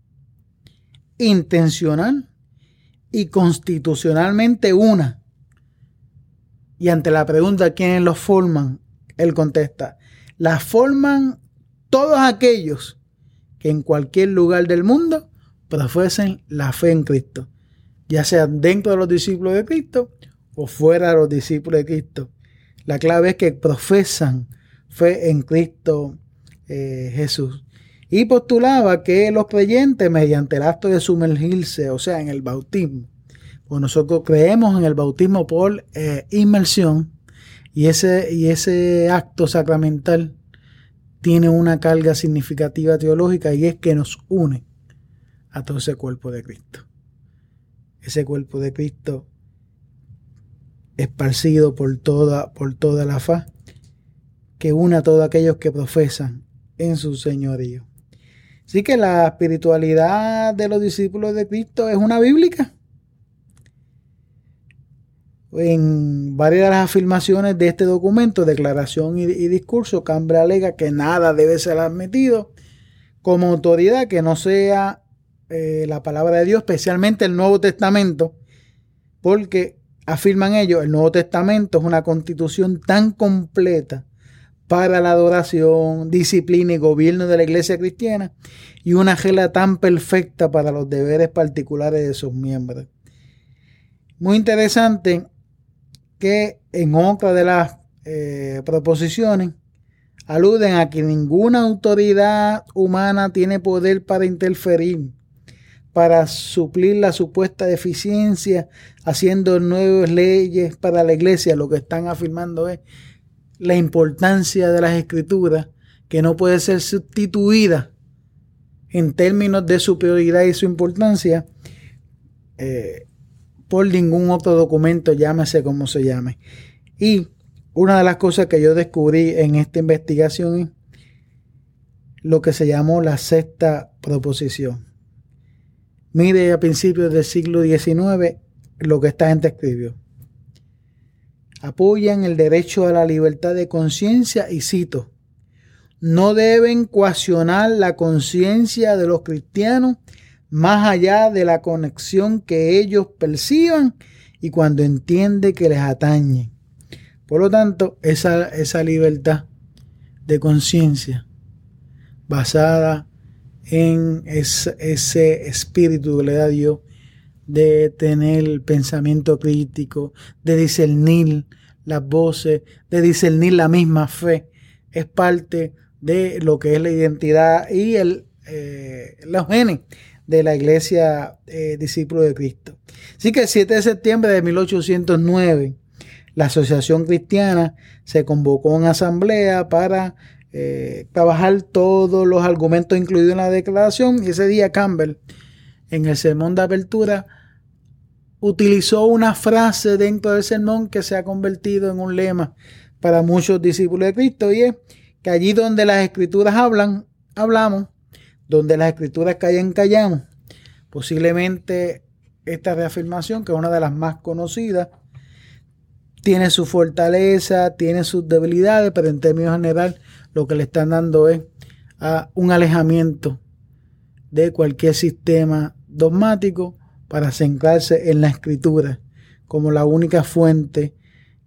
intencional y constitucionalmente una. Y ante la pregunta ¿quiénes los forman?, él contesta: las forman todos aquellos que en cualquier lugar del mundo profesen la fe en Cristo, ya sean dentro de los discípulos de Cristo o fuera de los discípulos de Cristo. La clave es que profesan fe en Cristo Jesús. Y postulaba que los creyentes, mediante el acto de sumergirse, o sea, en el bautismo, pues nosotros creemos en el bautismo por inmersión, y ese acto sacramental tiene una carga significativa teológica, y es que nos une a todo ese cuerpo de Cristo. Ese cuerpo de Cristo esparcido por toda la faz, que une a todos aquellos que profesan en su señorío. Así que la espiritualidad de los discípulos de Cristo es una bíblica. En varias de las afirmaciones de este documento, Declaración y Discurso, Campbell alega que nada debe ser admitido como autoridad que no sea la palabra de Dios, especialmente el Nuevo Testamento, porque afirman ellos, el Nuevo Testamento es una constitución tan completa para la adoración, disciplina y gobierno de la Iglesia cristiana, y una regla tan perfecta para los deberes particulares de sus miembros. Muy interesante que en otra de las proposiciones aluden a que ninguna autoridad humana tiene poder para interferir, para suplir la supuesta deficiencia, haciendo nuevas leyes para la Iglesia. Lo que están afirmando es la importancia de las Escrituras, que no puede ser sustituida en términos de su prioridad y su importancia por ningún otro documento, llámese como se llame. Y una de las cosas que yo descubrí en esta investigación es lo que se llamó la sexta proposición. Mire, a principios del siglo XIX lo que esta gente escribió: apoyan el derecho a la libertad de conciencia, y cito: no deben coaccionar la conciencia de los cristianos más allá de la conexión que ellos perciban y cuando entiende que les atañe. Por lo tanto, esa libertad de conciencia basada en ese espíritu que le da Dios de tener el pensamiento crítico, de discernir las voces, de discernir la misma fe, es parte de lo que es la identidad y los genes de la Iglesia Discípulos de Cristo. Así que el 7 de septiembre de 1809, la Asociación Cristiana se convocó en asamblea para trabajar todos los argumentos incluidos en la declaración, y ese día Campbell, en el sermón de apertura, utilizó una frase dentro del sermón que se ha convertido en un lema para muchos discípulos de Cristo, y es que allí donde las Escrituras hablan, hablamos, donde las Escrituras callan, callamos. Posiblemente esta reafirmación, que es una de las más conocidas, tiene su fortaleza, tiene sus debilidades, pero en términos general lo que le están dando es un alejamiento de cualquier sistema dogmático para centrarse en la Escritura como la única fuente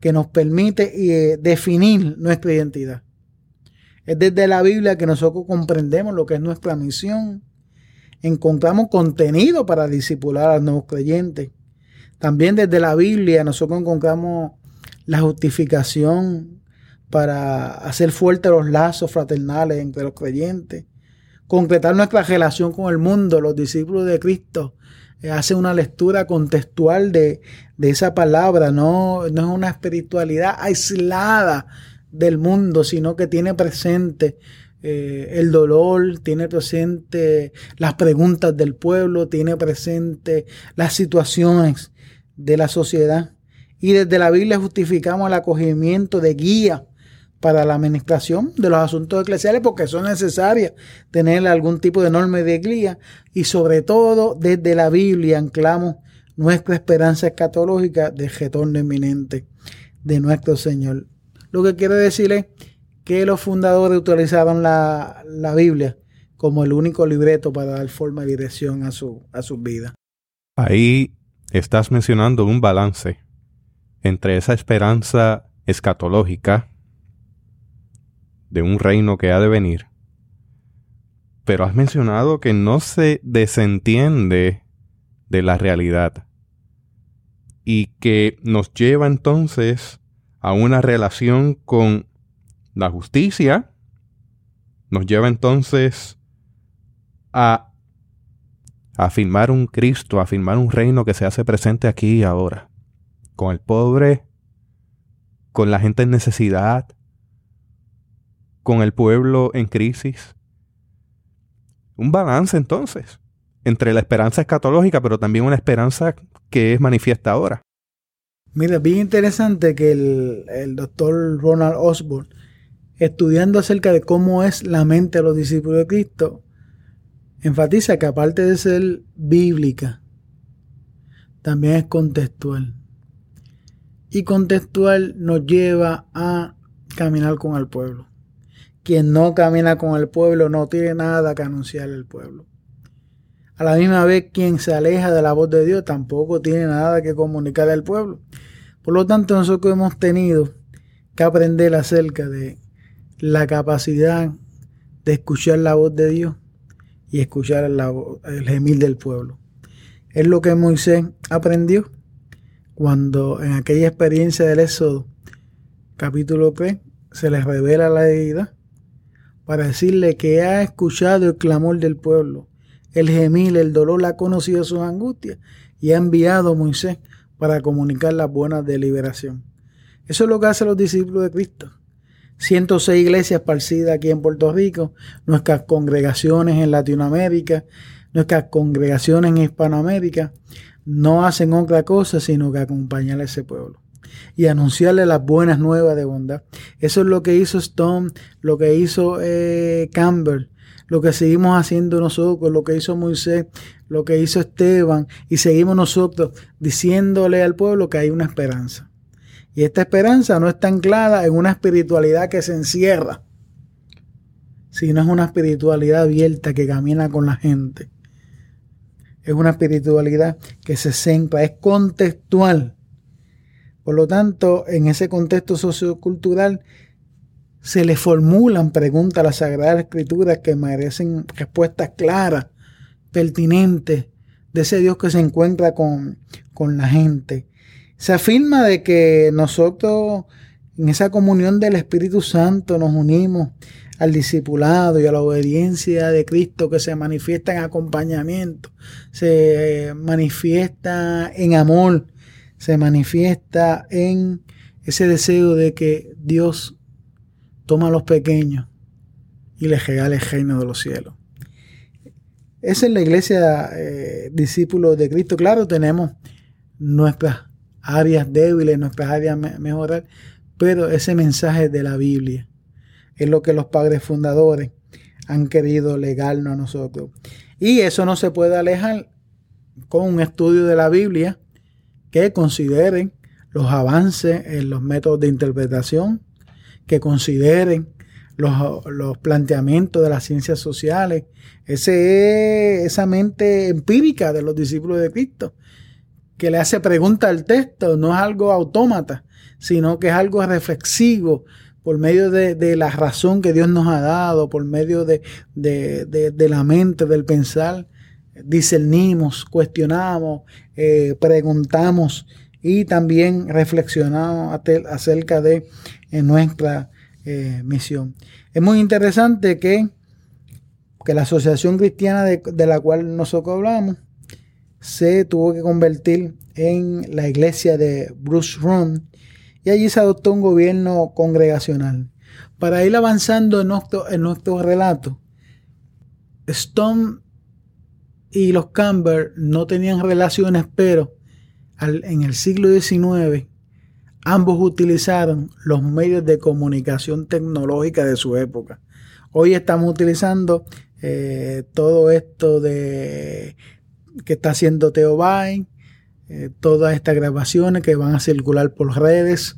que nos permite definir nuestra identidad. Es desde la Biblia que nosotros comprendemos lo que es nuestra misión. Encontramos contenido para discipular a los nuevos creyentes. También desde la Biblia nosotros encontramos la justificación para hacer fuertes los lazos fraternales entre los creyentes. Concretar nuestra relación con el mundo. Los discípulos de Cristo hacen una lectura contextual de esa palabra. No es una espiritualidad aislada del mundo, sino que tiene presente el dolor, tiene presente las preguntas del pueblo, tiene presente las situaciones de la sociedad. Y desde la Biblia justificamos el acogimiento de guía para la administración de los asuntos eclesiales, porque son necesarias tener algún tipo de norma de guía. Y sobre todo desde la Biblia anclamos nuestra esperanza escatológica del retorno inminente de nuestro Señor. Lo que quiere decir es que los fundadores utilizaron la Biblia como el único libreto para dar forma y dirección a sus vidas. Ahí estás mencionando un balance entre esa esperanza escatológica de un reino que ha de venir, pero has mencionado que no se desentiende de la realidad y que nos lleva entonces a una relación con la justicia, nos lleva entonces a afirmar un Cristo, a afirmar un reino que se hace presente aquí y ahora, con el pobre, con la gente en necesidad, con el pueblo en crisis. Un balance entonces entre la esperanza escatológica, pero también una esperanza que es manifiesta ahora. Mira, bien interesante que el doctor Ronald Osborne, estudiando acerca de cómo es la mente de los discípulos de Cristo, enfatiza que aparte de ser bíblica, también es contextual. Y contextual nos lleva a caminar con el pueblo. Quien no camina con el pueblo no tiene nada que anunciar al pueblo. A la misma vez, quien se aleja de la voz de Dios tampoco tiene nada que comunicar al pueblo. Por lo tanto, nosotros hemos tenido que aprender acerca de la capacidad de escuchar la voz de Dios y escuchar el gemir del pueblo. Es lo que Moisés aprendió cuando en aquella experiencia del Éxodo, capítulo 3, se les revela la deidad para decirle que ha escuchado el clamor del pueblo, el gemir, el dolor, ha conocido sus angustias y ha enviado a Moisés para comunicar las buenas de liberación. Eso es lo que hacen los discípulos de Cristo. 106 iglesias esparcidas aquí en Puerto Rico, nuestras congregaciones en Latinoamérica, nuestras congregaciones en Hispanoamérica, no hacen otra cosa sino que acompañar a ese pueblo y anunciarle las buenas nuevas de bondad. Eso es lo que hizo Stone, lo que hizo Campbell, lo que seguimos haciendo nosotros, lo que hizo Moisés, lo que hizo Esteban, y seguimos nosotros diciéndole al pueblo que hay una esperanza. Y esta esperanza no está anclada en una espiritualidad que se encierra, sino es una espiritualidad abierta que camina con la gente. Es una espiritualidad que se centra, es contextual. Por lo tanto, en ese contexto sociocultural se le formulan preguntas a las Sagradas Escrituras que merecen respuestas claras, pertinentes, de ese Dios que se encuentra con la gente. Se afirma de que nosotros en esa comunión del Espíritu Santo nos unimos al discipulado y a la obediencia de Cristo, que se manifiesta en acompañamiento, se manifiesta en amor, se manifiesta en ese deseo de que Dios toma a los pequeños y les regala el reino de los cielos. Esa es la iglesia discípulos de Cristo. Claro, tenemos nuestras áreas débiles, nuestras áreas mejorar, pero ese mensaje de la Biblia es lo que los padres fundadores han querido legarnos a nosotros. Y eso no se puede alejar con un estudio de la Biblia que consideren los avances en los métodos de interpretación, que consideren los planteamientos de las ciencias sociales, esa mente empírica de los discípulos de Cristo, que le hace pregunta al texto, no es algo autómata, sino que es algo reflexivo por medio de la razón que Dios nos ha dado, por medio de la mente, del pensar. Discernimos, cuestionamos, preguntamos y también reflexionamos acerca de nuestra misión. Es muy interesante que la asociación cristiana de la cual nosotros hablamos se tuvo que convertir en la iglesia de Bruce Room y allí se adoptó un gobierno congregacional. Para ir avanzando en nuestro relato, Stone y los Campbell no tenían relaciones, pero en el siglo XIX ambos utilizaron los medios de comunicación tecnológica de su época. Hoy estamos utilizando todo esto que está haciendo Theo Vine, todas estas grabaciones que van a circular por redes,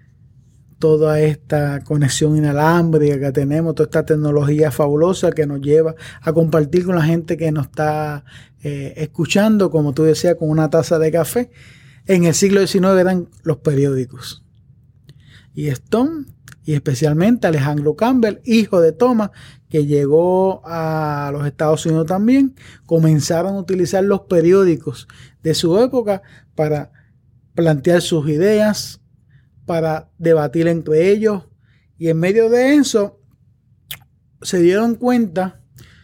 toda esta conexión inalámbrica que tenemos, toda esta tecnología fabulosa que nos lleva a compartir con la gente que nos está escuchando, como tú decías, con una taza de café. En el siglo XIX eran los periódicos. Y Stone, y especialmente Alejandro Campbell, hijo de Thomas, que llegó a los Estados Unidos también, comenzaron a utilizar los periódicos de su época para plantear sus ideas, para debatir entre ellos, y en medio de eso se dieron cuenta.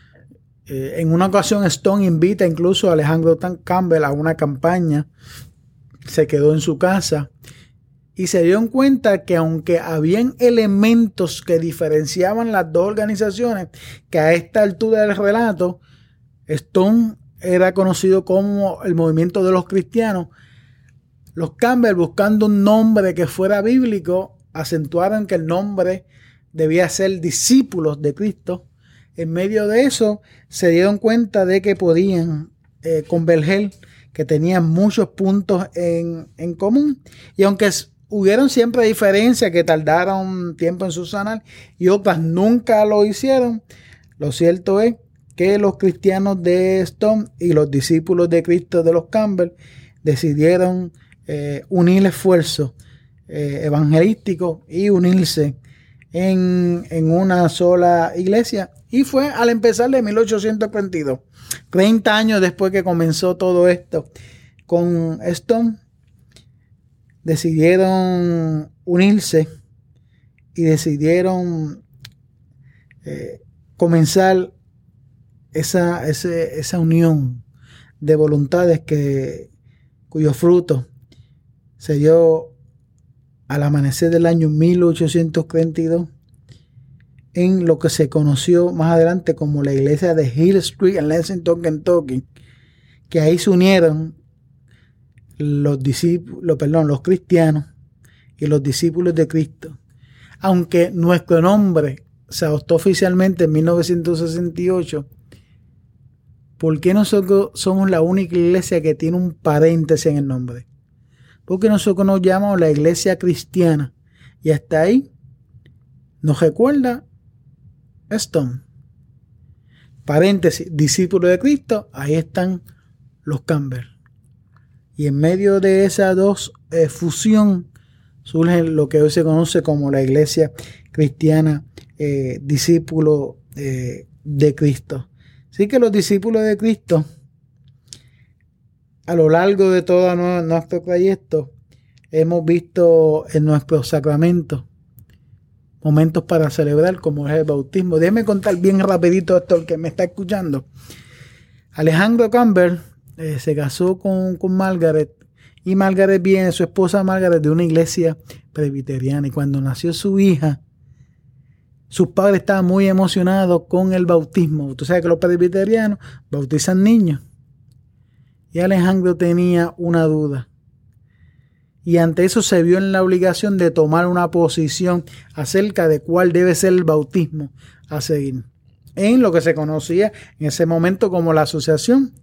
En una ocasión Stone invita incluso a Alejandro Campbell a una campaña, se quedó en su casa y se dieron cuenta que aunque habían elementos que diferenciaban las dos organizaciones, que a esta altura del relato Stone era conocido como el movimiento de los cristianos, los Campbell, buscando un nombre que fuera bíblico, acentuaron que el nombre debía ser discípulos de Cristo. En medio de eso se dieron cuenta de que podían converger, que tenían muchos puntos en común, y aunque hubieron siempre diferencias que tardaron tiempo en subsanar y otras nunca lo hicieron, lo cierto es que los cristianos de Stone y los discípulos de Cristo de los Campbell decidieron unir esfuerzos evangelísticos y unirse en una sola iglesia. Y fue al empezar de 1832, 30 años después que comenzó todo esto con Stone, decidieron unirse y decidieron comenzar esa unión de voluntades cuyo fruto se dio al amanecer del año 1832 en lo que se conoció más adelante como la iglesia de Hill Street en Lexington, Kentucky, que ahí se unieron los cristianos y los discípulos de Cristo. Aunque nuestro nombre se adoptó oficialmente en 1968, ¿por qué nosotros somos la única iglesia que tiene un paréntesis en el nombre? Porque nosotros nos llamamos la iglesia cristiana y hasta ahí nos recuerda Stone. Paréntesis, discípulos de Cristo, ahí están los Campbell. Y en medio de esas dos fusión surge lo que hoy se conoce como la iglesia cristiana discípulo de Cristo. Así que los discípulos de Cristo, a lo largo de todo nuestro trayecto, hemos visto en nuestros sacramentos momentos para celebrar, como es el bautismo. Déjeme contar bien rapidito esto al que me está escuchando. Alejandro Campbell se casó con Margaret, y Margaret viene, su esposa Margaret, de una iglesia presbiteriana, y cuando nació su hija, sus padres estaban muy emocionados con el bautismo. Tú sabes que los presbiterianos bautizan niños, y Alejandro tenía una duda, y ante eso se vio en la obligación de tomar una posición acerca de cuál debe ser el bautismo a seguir, en lo que se conocía en ese momento como la asociación.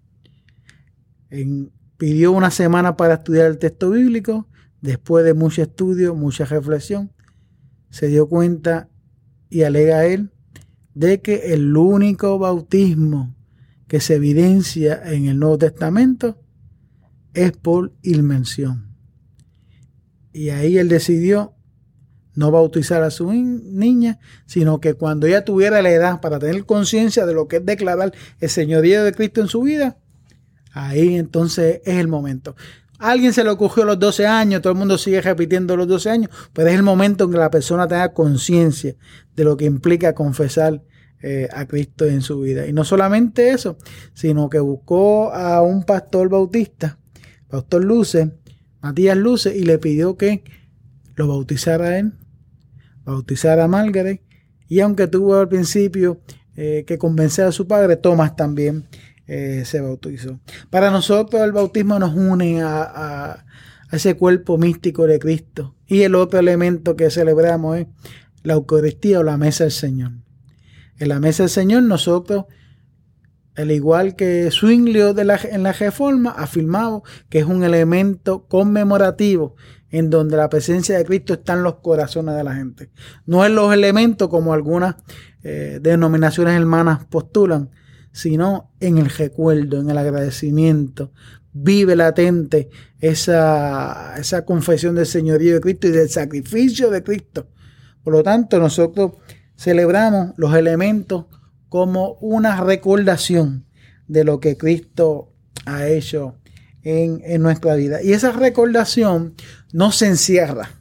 Pidió una semana para estudiar el texto bíblico. Después de mucho estudio, mucha reflexión, se dio cuenta y alega él de que el único bautismo que se evidencia en el Nuevo Testamento es por inmersión. Y ahí él decidió no bautizar a su niña, sino que cuando ella tuviera la edad para tener conciencia de lo que es declarar el señorío de Cristo en su vida, ahí entonces es el momento. A alguien se le ocurrió a los 12 años, todo el mundo sigue repitiendo los 12 años, pero es el momento en que la persona tenga conciencia de lo que implica confesar a Cristo en su vida. Y no solamente eso, sino que buscó a un pastor bautista, Pastor Luce, Matías Luce, y le pidió que lo bautizara a él, bautizara a Margaret, y aunque tuvo al principio que convencer a su padre, Tomás también se bautizó. Para nosotros el bautismo nos une a ese cuerpo místico de Cristo. Y el otro elemento que celebramos es la Eucaristía o la mesa del Señor. En la mesa del Señor nosotros, al igual que Zwinglio en la Reforma, afirmamos que es un elemento conmemorativo en donde la presencia de Cristo está en los corazones de la gente. No en los elementos como algunas denominaciones hermanas postulan, sino en el recuerdo, en el agradecimiento. Vive latente esa confesión del señorío de Cristo y del sacrificio de Cristo. Por lo tanto, nosotros celebramos los elementos como una recordación de lo que Cristo ha hecho en nuestra vida. Y esa recordación no se encierra,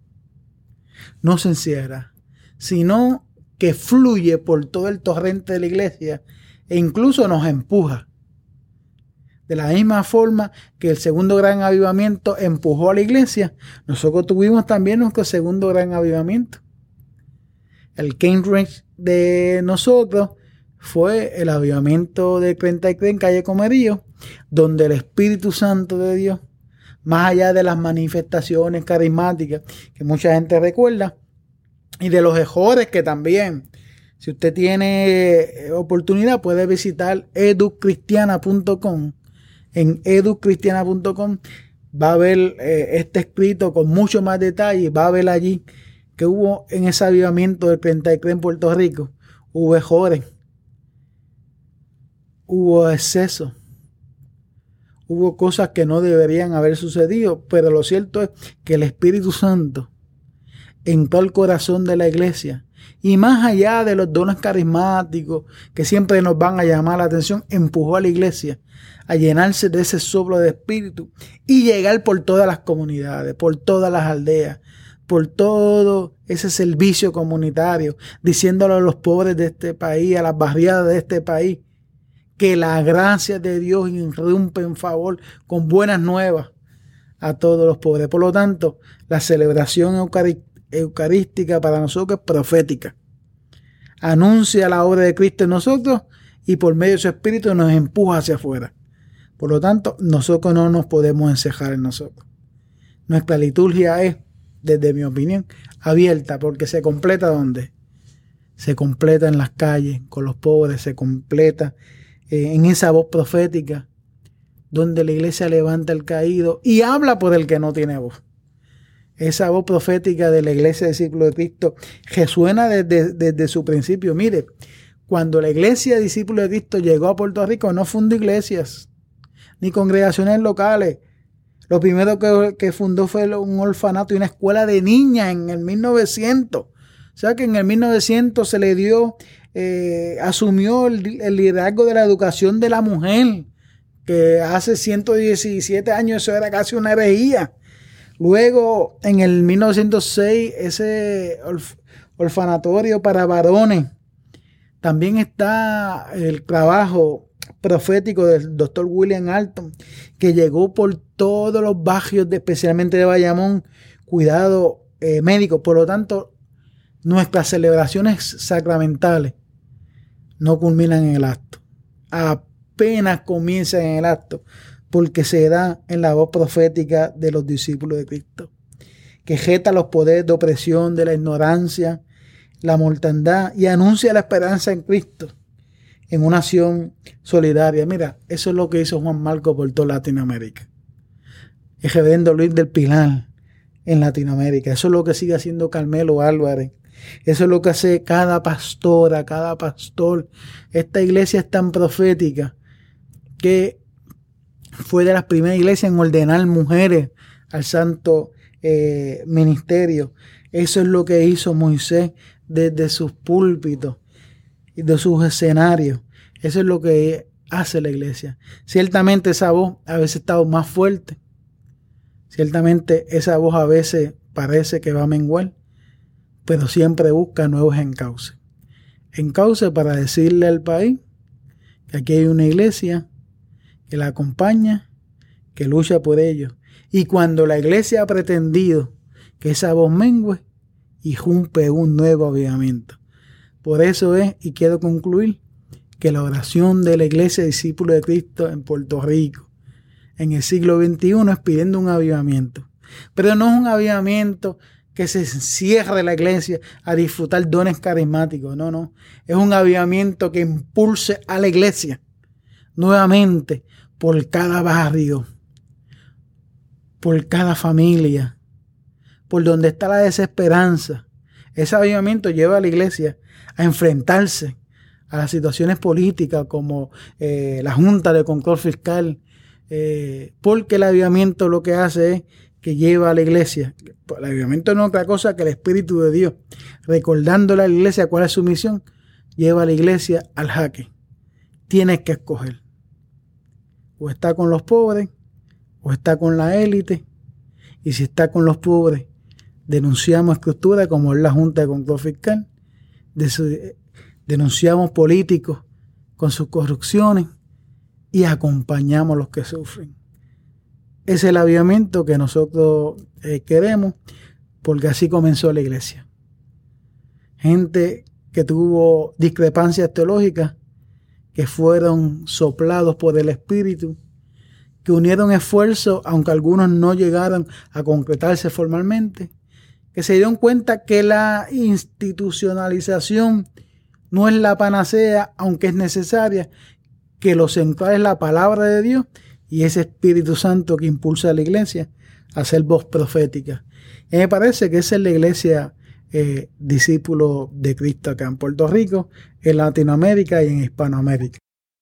sino que fluye por todo el torrente de la iglesia e incluso nos empuja. De la misma forma que el segundo gran avivamiento empujó a la iglesia, nosotros tuvimos también nuestro segundo gran avivamiento. El Cambridge de nosotros fue el avivamiento de 33 en calle Comerío, donde el Espíritu Santo de Dios, más allá de las manifestaciones carismáticas que mucha gente recuerda, y de los errores que también, si usted tiene oportunidad, puede visitar educristiana.com. En educristiana.com va a ver este escrito con mucho más detalle, va a ver allí que hubo en ese avivamiento del 33 en Puerto Rico, hubo errores, hubo exceso, hubo cosas que no deberían haber sucedido, pero lo cierto es que el Espíritu Santo entró al corazón de la iglesia y más allá de los dones carismáticos que siempre nos van a llamar la atención, empujó a la iglesia a llenarse de ese soplo de espíritu y llegar por todas las comunidades, por todas las aldeas, por todo ese servicio comunitario, diciéndole a los pobres de este país, a las barriadas de este país, que la gracia de Dios irrumpe en favor con buenas nuevas a todos los pobres. Por lo tanto, la celebración eucarística para nosotros es profética. Anuncia la obra de Cristo en nosotros y por medio de su Espíritu nos empuja hacia afuera. Por lo tanto, nosotros no nos podemos encejar en nosotros. Nuestra liturgia es, desde mi opinión, abierta porque se completa ¿dónde? Se completa en las calles, con los pobres, se completa en esa voz profética donde la iglesia levanta el caído y habla por el que no tiene voz. Esa voz profética de la iglesia discípulo de Cristo resuena desde su principio. Mire, cuando la iglesia discípulo de Cristo llegó a Puerto Rico, no fundó iglesias ni congregaciones locales. Lo primero que fundó fue un orfanato y una escuela de niñas en el 1900. O sea que en el 1900 se le dio, asumió el liderazgo de la educación de la mujer, que hace 117 años eso era casi una herejía. Luego, en el 1906, ese orfanatorio para varones. También está el trabajo profético del doctor William Alton, que llegó por todos los barrios, especialmente de Bayamón, cuidado médico. Por lo tanto, nuestras celebraciones sacramentales no culminan en el acto. Apenas comienzan en el acto, porque se da en la voz profética de los discípulos de Cristo, que jeta los poderes de opresión, de la ignorancia, la mortandad y anuncia la esperanza en Cristo en una acción solidaria. Mira, eso es lo que hizo Juan Marcos por toda Latinoamérica. El reverendo Luis del Pilar en Latinoamérica. Eso es lo que sigue haciendo Carmelo Álvarez. Eso es lo que hace cada pastora, cada pastor. Esta iglesia es tan profética que Fue de las primeras iglesias en ordenar mujeres al santo ministerio. Eso es lo que hizo Moisés desde sus púlpitos y de sus escenarios. Eso es lo que hace la iglesia. Ciertamente esa voz a veces está más fuerte. Ciertamente esa voz a veces parece que va a menguar, pero siempre busca nuevos encauces. Encauce para decirle al país que aquí hay una iglesia que la acompaña, que lucha por ellos. Y cuando la iglesia ha pretendido que esa voz mengue, irrumpe un nuevo avivamiento. Por eso es, y quiero concluir, que la oración de la iglesia discípulo de Cristo en Puerto Rico en el siglo XXI es pidiendo un avivamiento. Pero no es un avivamiento que se cierre la iglesia a disfrutar dones carismáticos. No. Es un avivamiento que impulse a la iglesia nuevamente por cada barrio, por cada familia, por donde está la desesperanza. Ese avivamiento lleva a la iglesia a enfrentarse a las situaciones políticas como la Junta de Control Fiscal, porque el avivamiento lo que hace es que lleva a la iglesia. El avivamiento no es otra cosa que el Espíritu de Dios, recordándole a la iglesia cuál es su misión, lleva a la iglesia al jaque. Tienes que escoger. O está con los pobres, o está con la élite. Y si está con los pobres, denunciamos estructuras como es la Junta de Control Fiscal, denunciamos políticos con sus corrupciones y acompañamos a los que sufren. Es el avivamiento que nosotros queremos, porque así comenzó la iglesia. Gente que tuvo discrepancias teológicas, que fueron soplados por el Espíritu, que unieron esfuerzos, aunque algunos no llegaron a concretarse formalmente, que se dieron cuenta que la institucionalización no es la panacea, aunque es necesaria, que lo central es la palabra de Dios y ese Espíritu Santo que impulsa a la iglesia a ser voz profética. Y me parece que esa es la iglesia discípulo de Cristo acá en Puerto Rico, en Latinoamérica y en Hispanoamérica.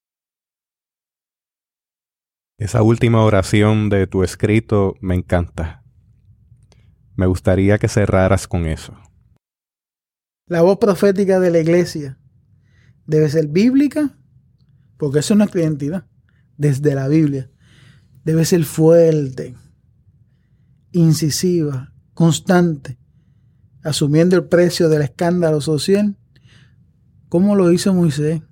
Esa última oración de tu escrito me encanta. Me gustaría que cerraras con eso. La voz profética de la iglesia debe ser bíblica, porque eso es nuestra identidad, desde la Biblia. Debe ser fuerte, incisiva, constante, asumiendo el precio del escándalo social, como lo hizo Moisés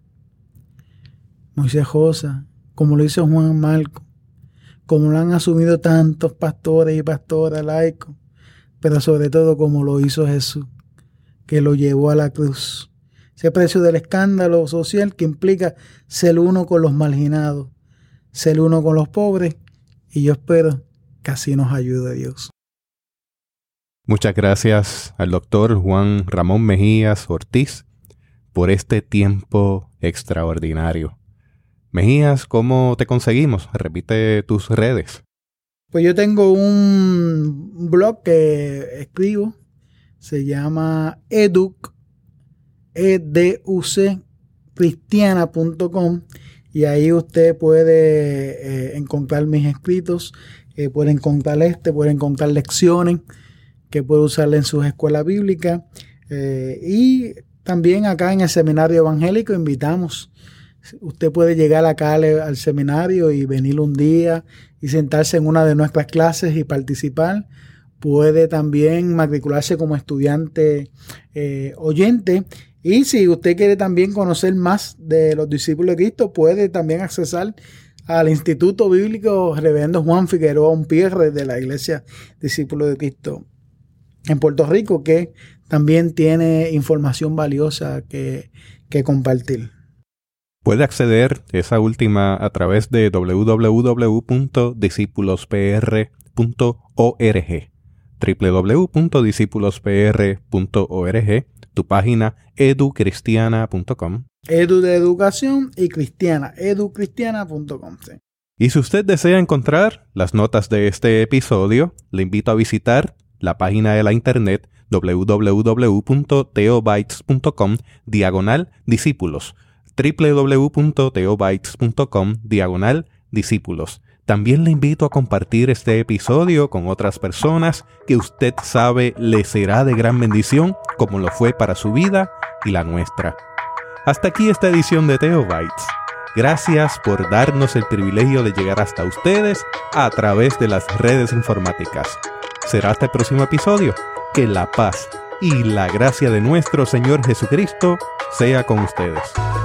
Josa, como lo hizo Juan Marco, como lo han asumido tantos pastores y pastoras laicos, pero sobre todo como lo hizo Jesús, que lo llevó a la cruz. Ese precio del escándalo social que implica ser uno con los marginados, ser uno con los pobres, y yo espero que así nos ayude Dios. Muchas gracias al doctor Juan Ramón Mejías Ortiz por este tiempo extraordinario. Mejías, ¿cómo te conseguimos? Repite tus redes. Pues yo tengo un blog que escribo, se llama educcristiana.com, y ahí usted puede encontrar mis escritos, puede encontrar puede encontrar lecciones que puede usar en sus escuelas bíblicas, y también acá en el seminario evangélico invitamos. Usted puede llegar acá al seminario y venir un día y sentarse en una de nuestras clases y participar. Puede también matricularse como estudiante oyente. Y si usted quiere también conocer más de los discípulos de Cristo, puede también accesar al Instituto Bíblico Reverendo Juan Figueroa Umpierre de la Iglesia Discípulos de Cristo en Puerto Rico, que también tiene información valiosa que compartir. Puede acceder esa última a través de www.discipuluspr.org, www.discipuluspr.org, tu página educristiana.com. Edu de educación y cristiana, educristiana.com. Sí. Y si usted desea encontrar las notas de este episodio, le invito a visitar la página de la internet www.theobytes.com/discípulos, www.theobytes.com/discípulos. discípulos. También le invito a compartir este episodio con otras personas que usted sabe le será de gran bendición, como lo fue para su vida y la nuestra. Hasta aquí esta edición de Theobites. Gracias por darnos el privilegio de llegar hasta ustedes a través de las redes informáticas. Será hasta el próximo episodio. Que la paz y la gracia de nuestro Señor Jesucristo sea con ustedes.